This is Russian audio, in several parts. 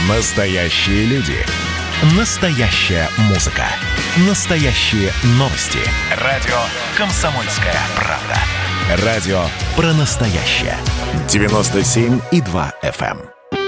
Настоящие люди. Настоящая музыка. Настоящие новости. Радио «Комсомольская правда». Радио про настоящее. 97,2 FM.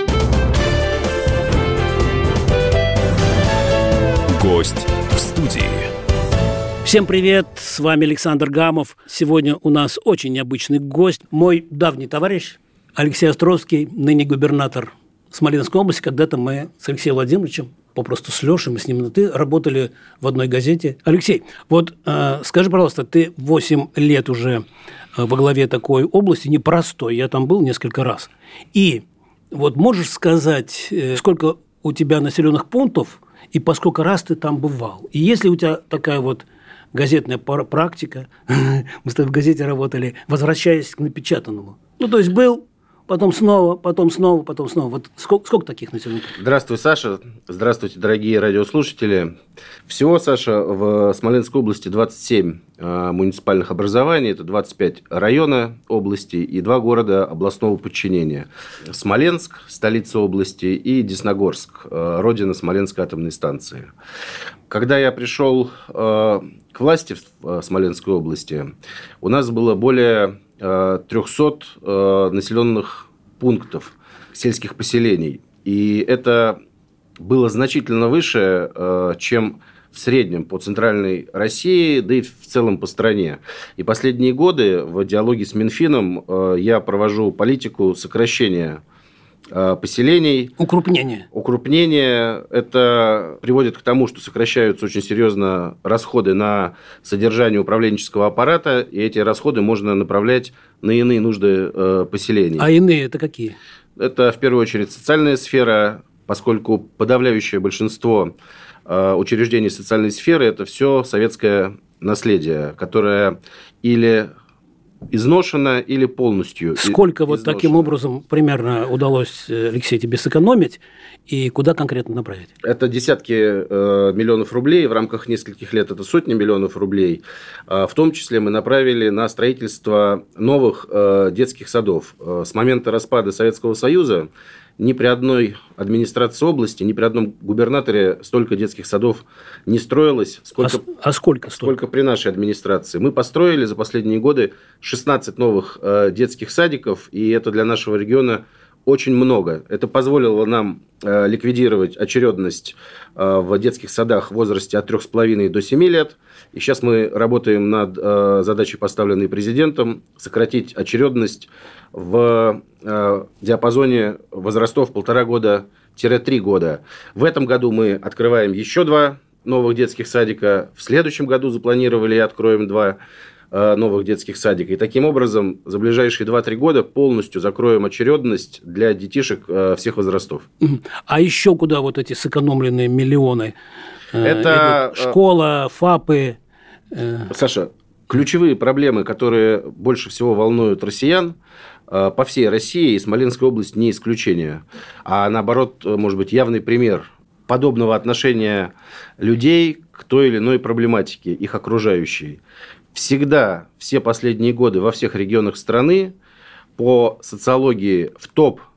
Гость в студии. Всем привет, с вами Александр Гамов. Сегодня у нас очень необычный гость. Мой давний товарищ Алексей Островский, ныне губернатор Смоленской области. Когда-то мы с Алексеем Владимировичем, попросту с Лешей, мы с ним на «ты», работали в одной газете. Алексей, вот скажи, пожалуйста, ты 8 лет уже во главе такой области, непростой, я там был несколько раз. И вот можешь сказать, сколько у тебя населенных пунктов и по сколько раз ты там бывал? И если у тебя такая вот газетная практика, мы с тобой в газете работали, возвращаясь к напечатанному. Ну, то есть был, потом снова. Вот сколько таких населенных пунктов? Здравствуй, Саша. Здравствуйте, дорогие радиослушатели. Всего, Саша, в Смоленской области 27 муниципальных образований, это 25 района области и 2 города областного подчинения. Смоленск, столица области, и Десногорск, родина Смоленской атомной станции. Когда я пришел к власти в Смоленской области, у нас было более 300 населенных пунктов, сельских поселений. И это было значительно выше, чем в среднем по центральной России, да и в целом по стране. И последние годы в диалоге с Минфином я провожу политику сокращения поселений. Укрупнение. Это приводит к тому, что сокращаются очень серьезно расходы на содержание управленческого аппарата, и эти расходы можно направлять на иные нужды поселений. А иные это какие? Это, в первую очередь, социальная сфера, поскольку подавляющее большинство учреждений социальной сферы – это все советское наследие, которое или изношено, или полностью Сколько изношено. Вот таким образом примерно удалось, Алексей, тебе сэкономить и куда конкретно направить? Это десятки миллионов рублей, в рамках нескольких лет это сотни миллионов рублей. В том числе мы направили на строительство новых детских садов. С момента распада Советского Союза ни при одной администрации области, ни при одном губернаторе столько детских садов не строилось. Сколько при нашей администрации. Мы построили за последние годы 16 новых детских садиков, и это для нашего региона очень много. Это позволило нам ликвидировать очередность в детских садах в возрасте от 3,5 до 7 лет. И сейчас мы работаем над задачей, поставленной президентом, сократить очередность в диапазоне возрастов 1,5 года-3 года. В этом году мы открываем еще 2 новых детских садика. В следующем году запланировали и откроем 2 новых детских садика. И таким образом за ближайшие 2-3 года полностью закроем очередность для детишек всех возрастов. А еще куда вот эти сэкономленные миллионы? Это школа, ФАПы. Саша, ключевые проблемы, которые больше всего волнуют россиян по всей России, и Смоленская область не исключение, а наоборот, может быть, явный пример подобного отношения людей к той или иной проблематике, их окружающей. Всегда, все последние годы во всех регионах страны по социологии в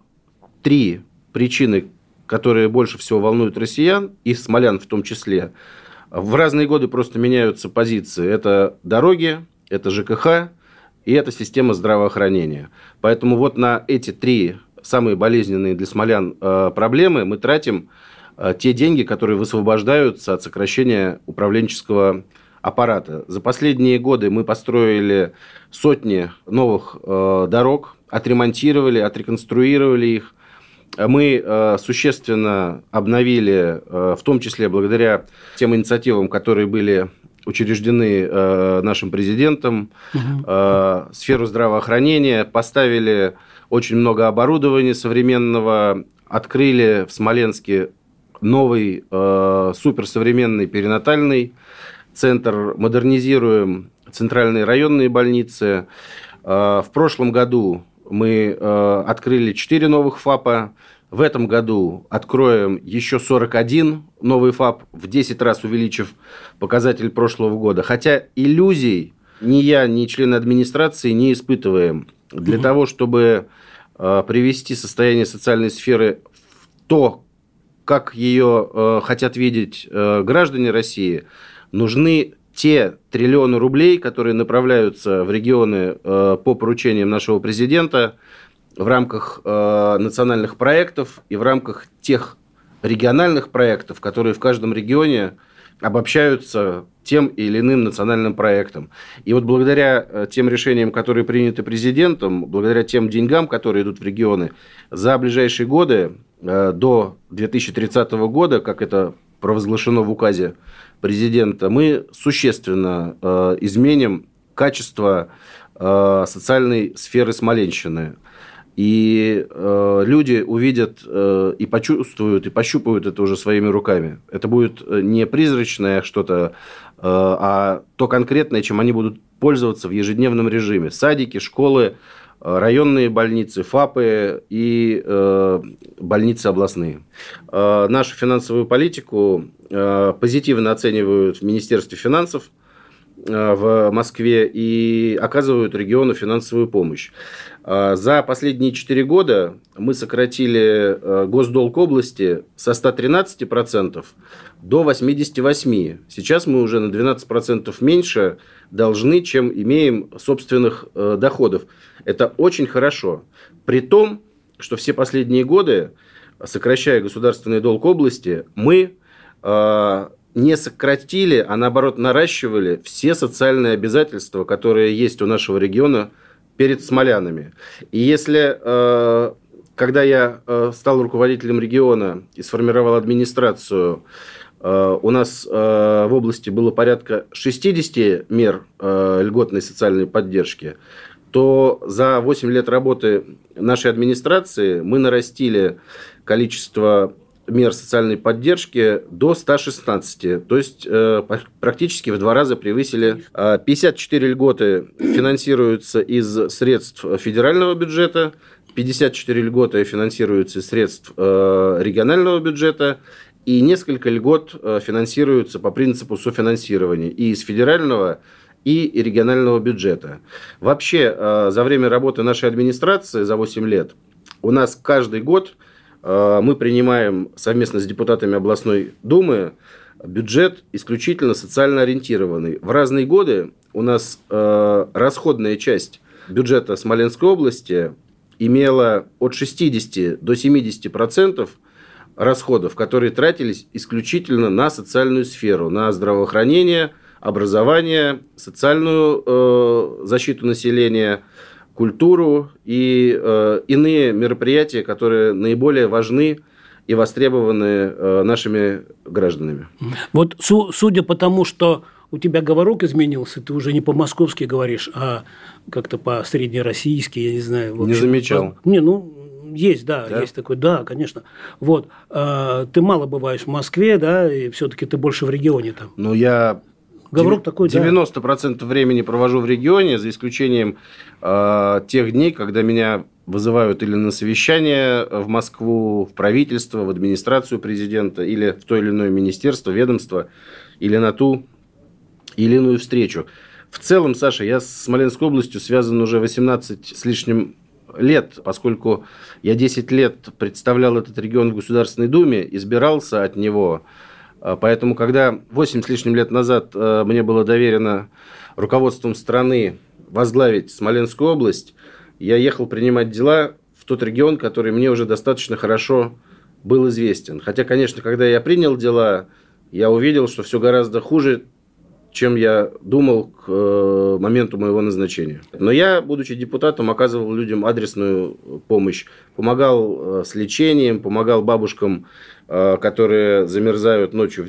топ-3 причины, которые больше всего волнуют россиян, и смолян в том числе, в разные годы просто меняются позиции. Это дороги, это ЖКХ и это система здравоохранения. Поэтому вот на эти 3 самые болезненные для смолян проблемы мы тратим те деньги, которые высвобождаются от сокращения управленческого аппарата. За последние годы мы построили сотни новых дорог, отремонтировали, отреконструировали их. Мы существенно обновили, в том числе благодаря тем инициативам, которые были учреждены нашим президентом, сферу здравоохранения, поставили очень много оборудования современного, открыли в Смоленске новый суперсовременный перинатальный центр, модернизируем центральные районные больницы. В прошлом году мы открыли 4 новых ФАПа. В этом году откроем еще 41 новый ФАП, в 10 раз увеличив показатель прошлого года. Хотя иллюзий ни я, ни члены администрации не испытываем. Для того, чтобы привести состояние социальной сферы в то как ее хотят видеть граждане России, нужны те триллионы рублей, которые направляются в регионы по поручениям нашего президента в рамках национальных проектов и в рамках тех региональных проектов, которые в каждом регионе обобщаются тем или иным национальным проектом. И вот благодаря тем решениям, которые приняты президентом, благодаря тем деньгам, которые идут в регионы, за ближайшие годы, до 2030 года, как это провозглашено в указе президента, мы существенно изменим качество социальной сферы Смоленщины. И люди увидят и почувствуют, и пощупают это уже своими руками. Это будет не призрачное что-то, а то конкретное, чем они будут пользоваться в ежедневном режиме. Садики, школы, районные больницы, ФАПы и больницы областные. Нашу финансовую политику позитивно оценивают в Министерстве финансов в Москве и оказывают региону финансовую помощь. За последние 4 года мы сократили госдолг области со 113% до 88%. Сейчас мы уже на 12% меньше должны, чем имеем собственных доходов. Это очень хорошо. При том, что все последние годы, сокращая государственный долг области, мы не сократили, а наоборот наращивали все социальные обязательства, которые есть у нашего региона перед смолянами. И если, когда я стал руководителем региона и сформировал администрацию, у нас в области было порядка 60 мер льготной социальной поддержки, то за 8 лет работы нашей администрации мы нарастили количество мер социальной поддержки до 116, то есть практически в 2 раза превысили. 54 льготы финансируются из средств федерального бюджета, 54 льготы финансируются из средств регионального бюджета, и несколько льгот финансируются по принципу софинансирования и из федерального, и регионального бюджета. Вообще, за время работы нашей администрации, за 8 лет, у нас каждый год мы принимаем совместно с депутатами областной думы бюджет исключительно социально ориентированный. В разные годы у нас расходная часть бюджета Смоленской области имела от 60 до 70% расходов, которые тратились исключительно на социальную сферу, на здравоохранение, образование, социальную защиту населения, культуру и иные мероприятия, которые наиболее важны и востребованы нашими гражданами. Вот судя по тому, что у тебя говорок изменился, ты уже не по-московски говоришь, а как-то по-среднероссийски, я не знаю. Не замечал. Есть, да, есть такой, да, конечно. Вот, ты мало бываешь в Москве, да, и все-таки ты больше в регионе там. Я говорок такой, 90% времени провожу в регионе, за исключением тех дней, когда меня вызывают или на совещание в Москву, в правительство, в администрацию президента, или в то или иное министерство, ведомство, или на ту или иную встречу. В целом, Саша, я с Смоленской областью связан уже 18 с лишним лет, поскольку я 10 лет представлял этот регион в Государственной Думе, избирался от него. Поэтому, когда 8 с лишним лет назад мне было доверено руководством страны возглавить Смоленскую область, я ехал принимать дела в тот регион, который мне уже достаточно хорошо был известен. Хотя, конечно, когда я принял дела, я увидел, что все гораздо хуже, чем я думал к моменту моего назначения. Но я, будучи депутатом, оказывал людям адресную помощь, помогал с лечением, помогал бабушкам, которые замерзают ночью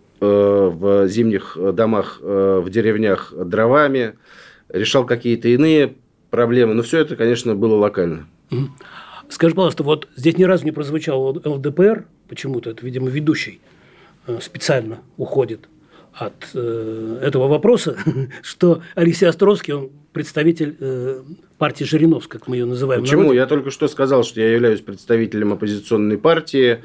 в зимних домах, в деревнях дровами, решал какие-то иные проблемы. Но все это, конечно, было локально. Скажи, пожалуйста, вот здесь ни разу не прозвучал ЛДПР, почему-то, это, видимо, ведущий специально уходит от этого вопроса, что Алексей Островский, он представитель партии Жириновской, как мы ее называем. Почему? Я только что сказал, что я являюсь представителем оппозиционной партии,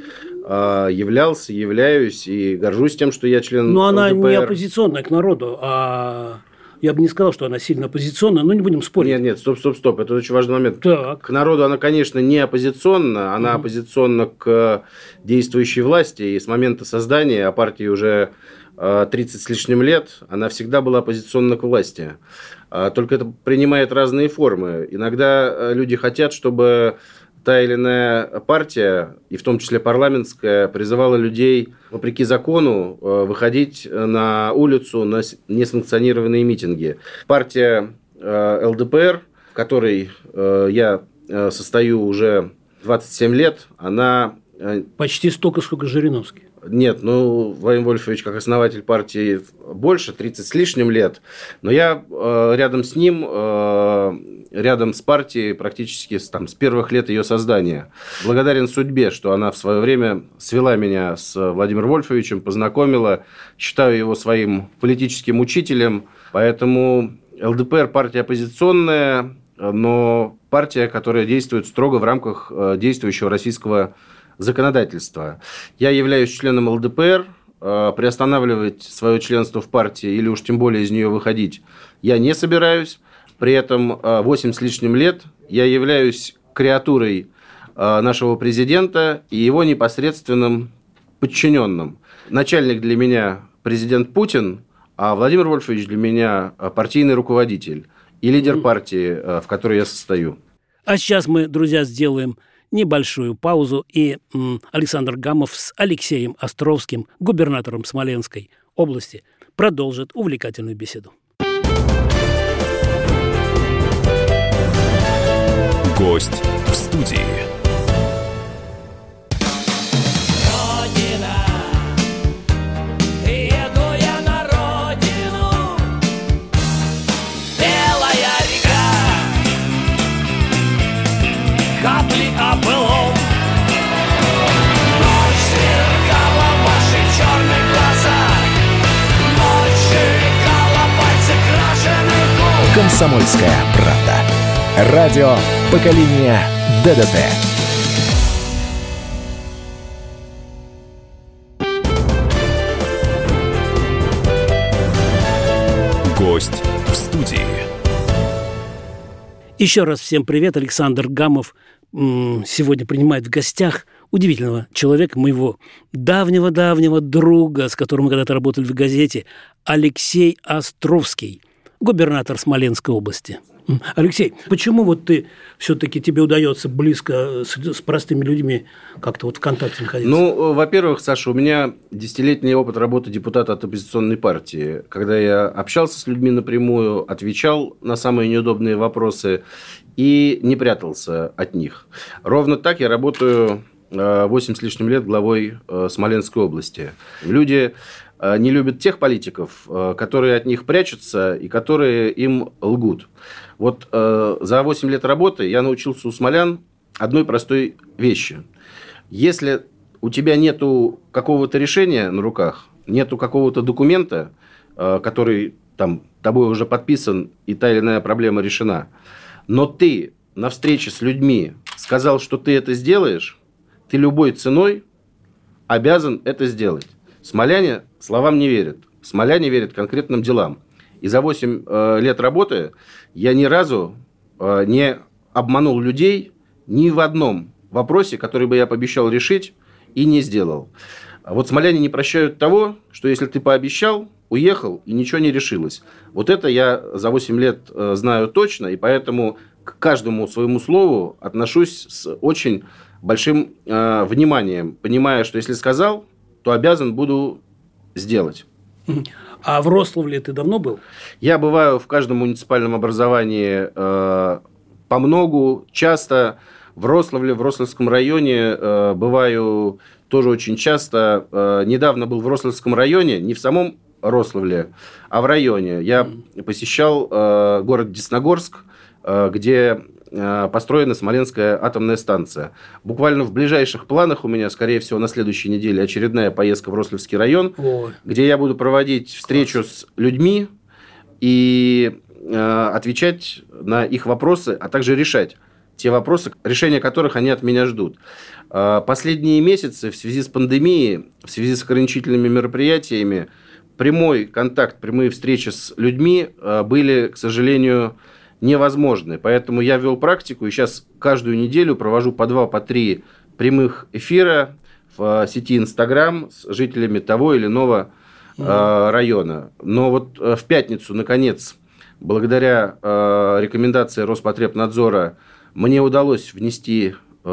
являюсь и горжусь тем, что я член ЛДПР. Но она не оппозиционная к народу, а Я бы не сказал, что она сильно оппозиционная, но не будем спорить. Нет, стоп. Это очень важный момент. Так. К народу она, конечно, не оппозиционна. Она оппозиционна к действующей власти. И с момента создания, а партии уже 30 с лишним лет, она всегда была оппозиционна к власти. Только это принимает разные формы. Иногда люди хотят, чтобы та или иная партия, и в том числе парламентская, призывала людей, вопреки закону, выходить на улицу на несанкционированные митинги. Партия ЛДПР, в которой я состою уже 27 лет, она... Почти столько, сколько Жириновский. Нет, Владимир Вольфович, как основатель партии, больше, 30 с лишним лет. Но я рядом с ним, рядом с партией практически с первых лет ее создания. Благодарен судьбе, что она в свое время свела меня с Владимиром Вольфовичем, познакомила. Считаю его своим политическим учителем. Поэтому ЛДПР партия оппозиционная, но партия, которая действует строго в рамках действующего российского законодательства. Я являюсь членом ЛДПР, приостанавливать свое членство в партии или уж тем более из нее выходить я не собираюсь. При этом 8 с лишним лет я являюсь креатурой нашего президента и его непосредственным подчиненным. Начальник для меня президент Путин, а Владимир Вольфович для меня партийный руководитель и лидер партии, в которой я состою. А сейчас мы, друзья, сделаем небольшую паузу, и Александр Гамов с Алексеем Островским, губернатором Смоленской области, продолжит увлекательную беседу. Гость в студии. «Комсомольская правда». Радио поколения ДДТ. Гость в студии. Еще раз всем привет. Александр Гамов сегодня принимает в гостях удивительного человека, моего давнего-давнего друга, с которым мы когда-то работали в газете, Алексей Островский, губернатор Смоленской области. Алексей, почему вот ты все-таки тебе удается близко с простыми людьми как-то вот в контакте находиться? Во-первых, Саша, у меня 10-летний опыт работы депутата от оппозиционной партии. Когда я общался с людьми напрямую, отвечал на самые неудобные вопросы и не прятался от них. Ровно так я работаю 8 с лишним лет главой Смоленской области. Люди не любят тех политиков, которые от них прячутся и которые им лгут. Вот за 8 лет работы я научился у смолян одной простой вещи. Если у тебя нету какого-то решения на руках, нету какого-то документа, который тобой уже подписан, и та или иная проблема решена, но ты на встрече с людьми сказал, что ты это сделаешь, ты любой ценой обязан это сделать. Смоляне словам не верят. Смоляне верят конкретным делам. И за 8 лет работы я ни разу не обманул людей ни в одном вопросе, который бы я пообещал решить и не сделал. А вот смоляне не прощают того, что если ты пообещал, уехал и ничего не решилось. Вот это я за 8 лет знаю точно, и поэтому к каждому своему слову отношусь с очень большим вниманием, понимая, что если сказал, то обязан буду сделать. А в Рославле ты давно был? Я бываю в каждом муниципальном образовании помногу, часто. В Рославле, в Рославском районе бываю тоже очень часто. Недавно был в Рославском районе, не в самом Рославле, а в районе. Я посещал город Десногорск, где построена Смоленская атомная станция. Буквально в ближайших планах у меня, скорее всего, на следующей неделе очередная поездка в Рославский район, где я буду проводить встречу с людьми и отвечать на их вопросы, а также решать те вопросы, решения которых они от меня ждут. Последние месяцы в связи с пандемией, в связи с ограничительными мероприятиями, прямой контакт, прямые встречи с людьми были, к сожалению, невозможны. Поэтому я вел практику, и сейчас каждую неделю провожу по 2, по 3 прямых эфира в сети Инстаграм с жителями того или иного района. Но вот в пятницу, наконец, благодаря рекомендации Роспотребнадзора, мне удалось внести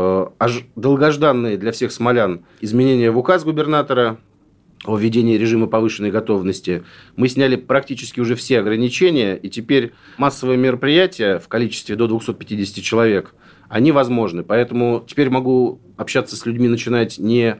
долгожданные для всех смолян изменения в указ губернатора о введении режима повышенной готовности. Мы сняли практически уже все ограничения, и теперь массовые мероприятия в количестве до 250 человек, они возможны. Поэтому теперь могу общаться с людьми, начинать не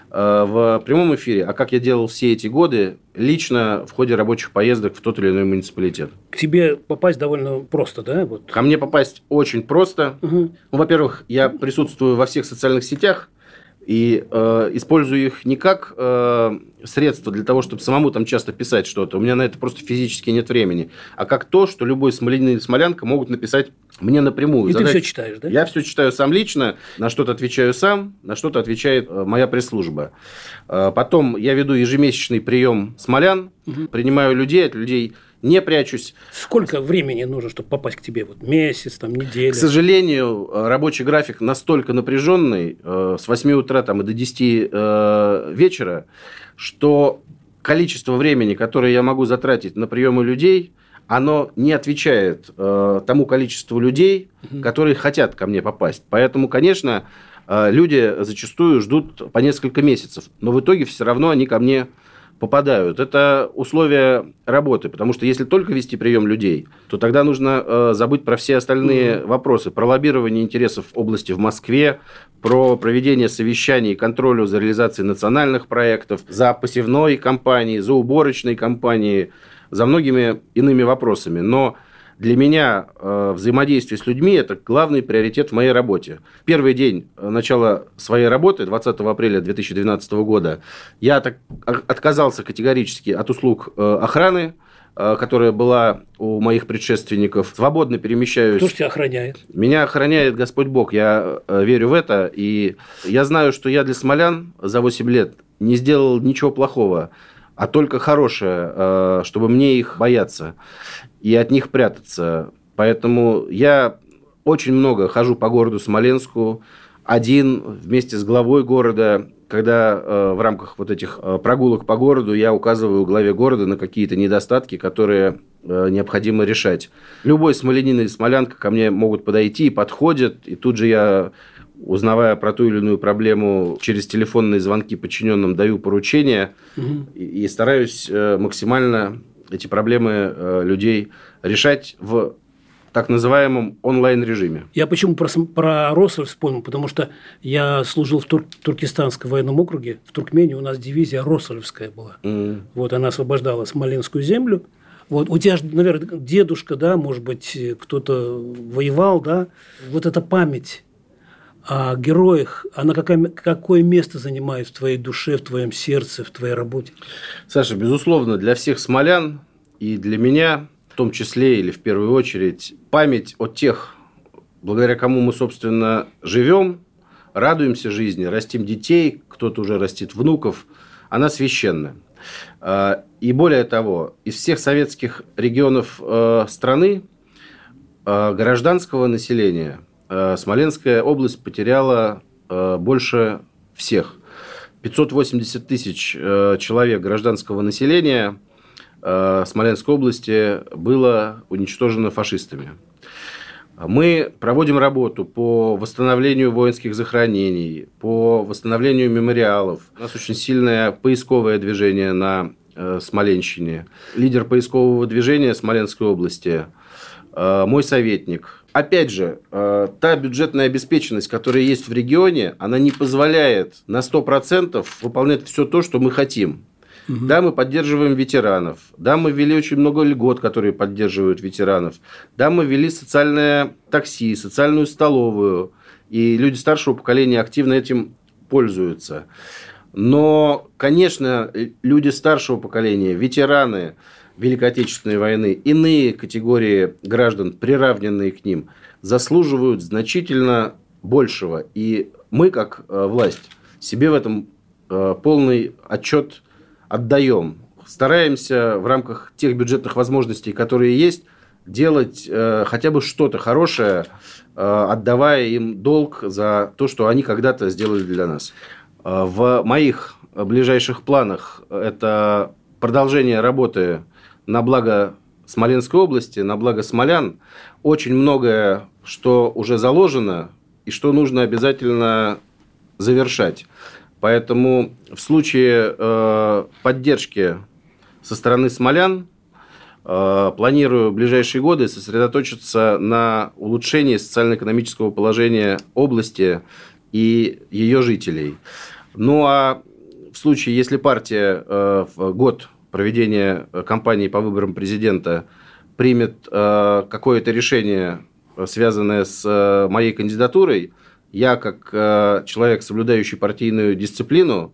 в прямом эфире, а как я делал все эти годы, лично в ходе рабочих поездок в тот или иной муниципалитет. К тебе попасть довольно просто, да? Вот. Ко мне попасть очень просто. Угу. Ну, во-первых, я присутствую во всех социальных сетях и использую их не как средство для того, чтобы самому там часто писать что-то. У меня на это просто физически нет времени. А как то, что любой смолянин или смолянка могут написать мне напрямую. И ты все читаешь, да? Я все читаю сам лично, на что-то отвечаю сам, на что-то отвечает моя пресс-служба. Потом я веду ежемесячный прием смолян, принимаю людей, от людей не прячусь. Сколько времени нужно, чтобы попасть к тебе? Вот месяц, там, неделя? К сожалению, рабочий график настолько напряженный, с 8 утра там, и до 10 вечера, что количество времени, которое я могу затратить на приемы людей, оно не отвечает тому количеству людей, которые хотят ко мне попасть. Поэтому, конечно, люди зачастую ждут по несколько месяцев, но в итоге все равно они ко мне попадают. Это условия работы, потому что если только вести прием людей, то тогда нужно забыть про все остальные вопросы, про лоббирование интересов области в Москве, про проведение совещаний и контролю за реализацией национальных проектов, за посевной кампанией, за уборочной кампанией, за многими иными вопросами. Но для меня взаимодействие с людьми – это главный приоритет в моей работе. В первый день начала своей работы, 20 апреля 2012 года, я отказался категорически от услуг охраны, которая была у моих предшественников. Свободно перемещаюсь. Кто же тебя охраняет? Меня охраняет Господь Бог. Я верю в это. И я знаю, что я для смолян за 8 лет не сделал ничего плохого, а только хорошее, чтобы мне их бояться и от них прятаться. Поэтому я очень много хожу по городу Смоленску, один, вместе с главой города, когда в рамках вот этих прогулок по городу я указываю главе города на какие-то недостатки, которые необходимо решать. Любой смолянин или смолянка ко мне могут подойти и подходят, и тут же я, узнавая про ту или иную проблему, через телефонные звонки подчиненным даю поручения и стараюсь максимально эти проблемы людей решать в так называемом онлайн-режиме. Я почему про Россельс вспомнил, потому что я служил в Туркестанском военном округе, в Туркмении у нас дивизия Россельская была. Вот она освобождала Смоленскую землю. Вот у тебя же, наверное, дедушка, да, может быть, кто-то воевал, да, вот эта память о героях, она какое место занимает в твоей душе, в твоем сердце, в твоей работе? Саша, безусловно, для всех смолян и для меня, в том числе или в первую очередь, память о тех, благодаря кому мы, собственно, живем, радуемся жизни, растим детей, кто-то уже растит внуков, она священна. И более того, из всех советских регионов страны гражданского населения Смоленская область потеряла больше всех. 580 тысяч человек гражданского населения Смоленской области было уничтожено фашистами. Мы проводим работу по восстановлению воинских захоронений, по восстановлению мемориалов. У нас очень сильное поисковое движение на Смоленщине. Лидер поискового движения Смоленской области, мой советник. Опять же, та бюджетная обеспеченность, которая есть в регионе, она не позволяет на 100% выполнять все то, что мы хотим. Да, мы поддерживаем ветеранов. Да, мы ввели очень много льгот, которые поддерживают ветеранов. Да, мы ввели социальное такси, социальную столовую. И люди старшего поколения активно этим пользуются. Но, конечно, люди старшего поколения, ветераны Великой Отечественной войны, иные категории граждан, приравненные к ним, заслуживают значительно большего. И мы, как власть, себе в этом полный отчет отдаем. стараемся в рамках тех бюджетных возможностей, которые есть, делать хотя бы что-то хорошее, отдавая им долг за то, что они когда-то сделали для нас. В моих ближайших планах это продолжение работы на благо Смоленской области, на благо смолян. Очень многое, что уже заложено и что нужно обязательно завершать. Поэтому в случае поддержки со стороны смолян планирую в ближайшие годы сосредоточиться на улучшении социально-экономического положения области и ее жителей. Ну а в случае, если партия в год проведения кампании по выборам президента примет какое-то решение, связанное с моей кандидатурой, я, как человек, соблюдающий партийную дисциплину,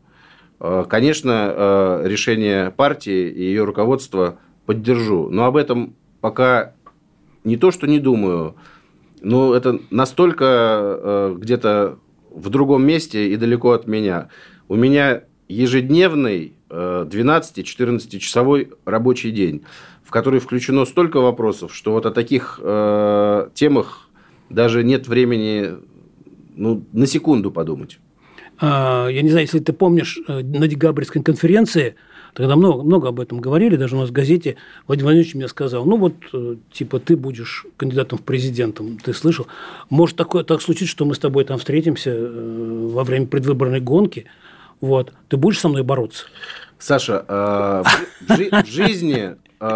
конечно, решение партии и ее руководства поддержу. Но об этом пока не то, что не думаю, но это настолько где-то в другом месте и далеко от меня. У меня ежедневный 12-14-часовой рабочий день, в который включено столько вопросов, что вот о таких темах даже нет времени на секунду подумать. Я не знаю, если ты помнишь, на декабрьской конференции, тогда много об этом говорили, даже у нас в газете Владимир Владимирович мне сказал, ты будешь кандидатом в президентом, ты слышал? Может так случиться, что мы с тобой там встретимся во время предвыборной гонки, ты будешь со мной бороться? Саша, в жизни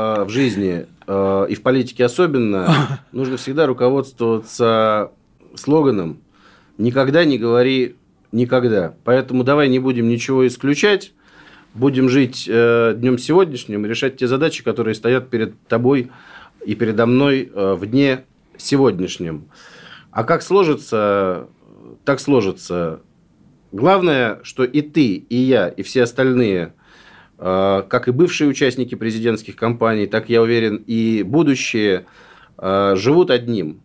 и в политике особенно нужно всегда руководствоваться слоганом «Никогда не говори никогда». Поэтому давай не будем ничего исключать, будем жить днем сегодняшним и решать те задачи, которые стоят перед тобой и передо мной в дне сегодняшнем. А как сложится, так сложится. Главное, что и ты, и я, и все остальные, как и бывшие участники президентских кампаний, так, я уверен, и будущие, живут одним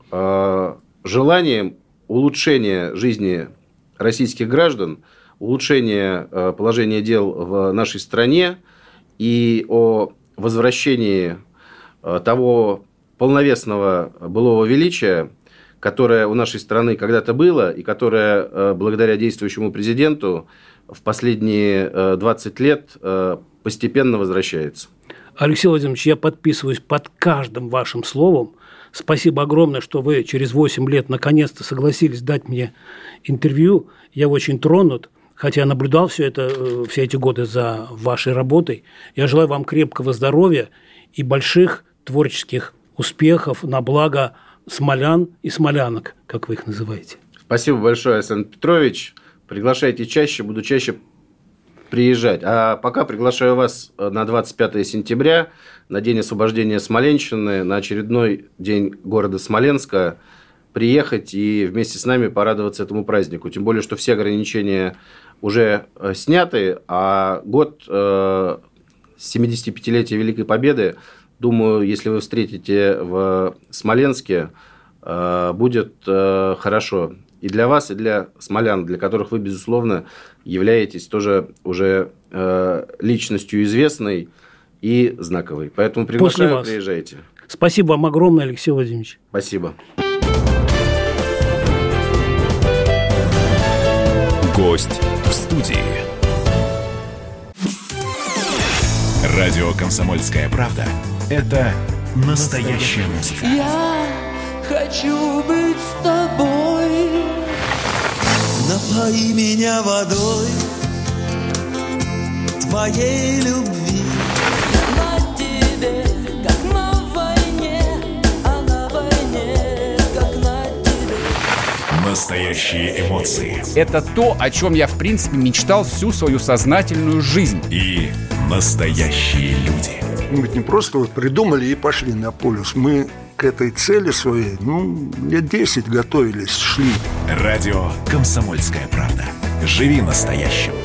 желанием улучшения жизни российских граждан, улучшения положения дел в нашей стране и о возвращении того полновесного былого величия, которое у нашей страны когда-то было и которое, благодаря действующему президенту, в последние 20 лет постепенно возвращается. Алексей Владимирович, я подписываюсь под каждым вашим словом. Спасибо огромное, что вы через 8 лет наконец-то согласились дать мне интервью. Я очень тронут, хотя я наблюдал все эти годы за вашей работой. Я желаю вам крепкого здоровья и больших творческих успехов на благо смолян и смолянок, как вы их называете. Спасибо большое, Александр Петрович. Приглашайте чаще, буду чаще приезжать. А пока приглашаю вас на 25 сентября, на День освобождения Смоленщины, на очередной день города Смоленска, приехать и вместе с нами порадоваться этому празднику. Тем более, что все ограничения уже сняты, а год 75-летия Великой Победы, думаю, если вы встретите в Смоленске, будет хорошо. И для вас, и для смолян, для которых вы, безусловно, являетесь тоже уже личностью известной и знаковой. Поэтому приглашаю, приезжайте. Спасибо вам огромное, Алексей Владимирович. Спасибо. Гость в студии. Радио «Комсомольская правда» – это настоящая музыка. Я хочу быть с тобой. Напои меня водой твоей любви. На тебе, как на войне, а на войне, как на тебе. Настоящие эмоции. Это то, о чем я, в принципе, мечтал всю свою сознательную жизнь. И настоящие люди. Мы ведь не просто придумали и пошли на полюс. Мы к этой цели своей, лет 10 готовились, шли. Радио «Комсомольская правда». Живи настоящим.